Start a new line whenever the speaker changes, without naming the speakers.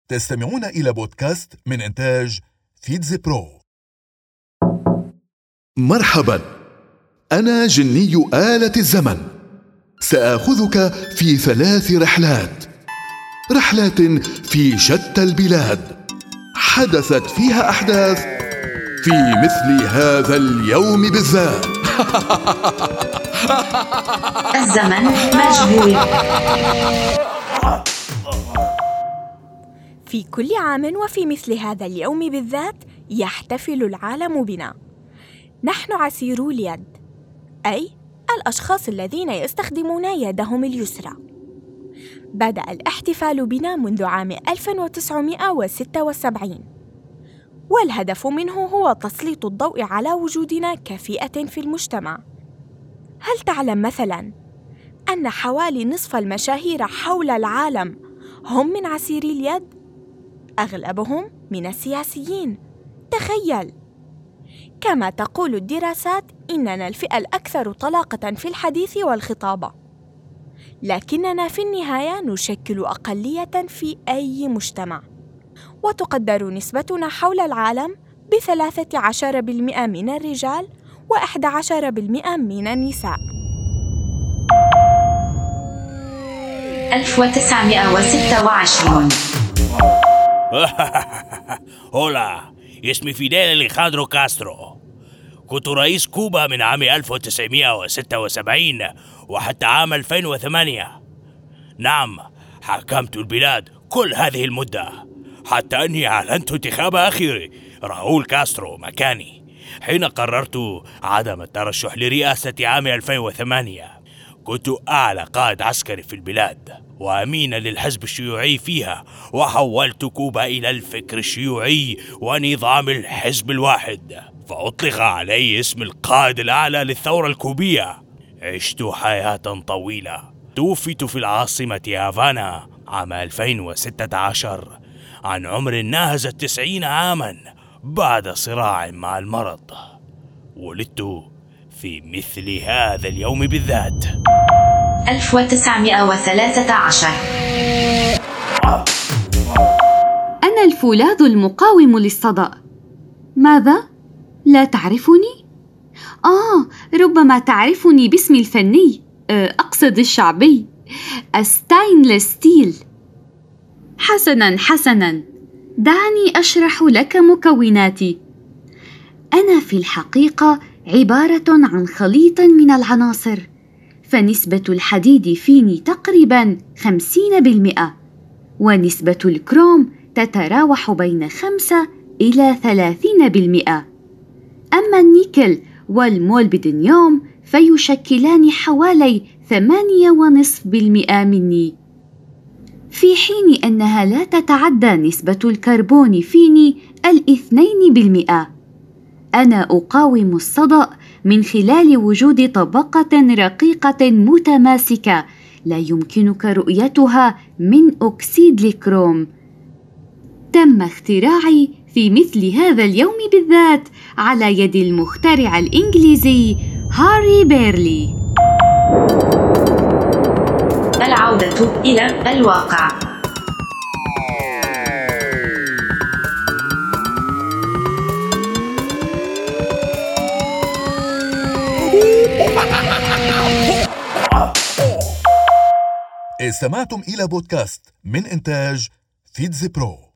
تستمعون إلى بودكاست من إنتاج فيتز برو.
مرحبا، أنا جني آلة الزمن. سآخذك في 3 رحلات في شتى البلاد، حدثت فيها أحداث في مثل هذا اليوم بالذات.
الزمن مجهول.
في كل عام وفي مثل هذا اليوم بالذات يحتفل العالم بنا. نحن عسيرو اليد، أي الأشخاص الذين يستخدمون يدهم اليسرى. بدأ الاحتفال بنا منذ عام 1976، والهدف منه هو تسليط الضوء على وجودنا كفئة في المجتمع. هل تعلم مثلاً أن حوالي نصف المشاهير حول العالم هم من عسيري اليد؟ أغلبهم من السياسيين، تخيل! كما تقول الدراسات إننا الفئة الأكثر طلاقة في الحديث والخطابة، لكننا في النهاية نشكل أقلية في أي مجتمع، وتقدر نسبتنا حول العالم ب13% من الرجال و11% من النساء.
1926.
هولا، اسمي فيديل أليخاندرو كاسترو. كنت رئيس كوبا من عام 1976 وحتى عام 2008. نعم، حكمت البلاد كل هذه المدة، حتى أني أعلنت انتخاب أخي راؤول كاسترو مكاني حين قررت عدم الترشح لرئاسة عام 2008. كنت أعلى قائد عسكري في البلاد وأمين للحزب الشيوعي فيها، وحولت كوبا إلى الفكر الشيوعي ونظام الحزب الواحد، فأطلق علي اسم القائد الأعلى للثورة الكوبية. عشت حياة طويلة. توفيت في العاصمة هافانا عام 2016 عن عمر ناهز 90 عاما بعد صراع مع المرض. ولدت في مثل هذا اليوم بالذات.
1913.
أنا الفولاذ المقاوم للصدأ. ماذا؟ لا تعرفني؟ ربما تعرفني باسمي الفني، أقصد الشعبي، ستاينلس ستيل. حسناً، دعني أشرح لك مكوناتي. أنا في الحقيقة عبارة عن خليط من العناصر، فنسبة الحديد فيني تقريباً 50%، ونسبة الكروم تتراوح بين 5 إلى 30%. أما النيكل والمولبدنيوم فيشكلان حوالي 8.5% مني، في حين أنها لا تتعدى نسبة الكربون فيني 2%. أنا أقاوم الصدأ من خلال وجود طبقة رقيقة متماسكة لا يمكنك رؤيتها من أكسيد الكروم. تم اختراعي في مثل هذا اليوم بالذات على يد المخترع الإنجليزي هاري بيرلي.
العودة إلى الواقع.
استمعتم إلى بودكاست من إنتاج فيتز برو.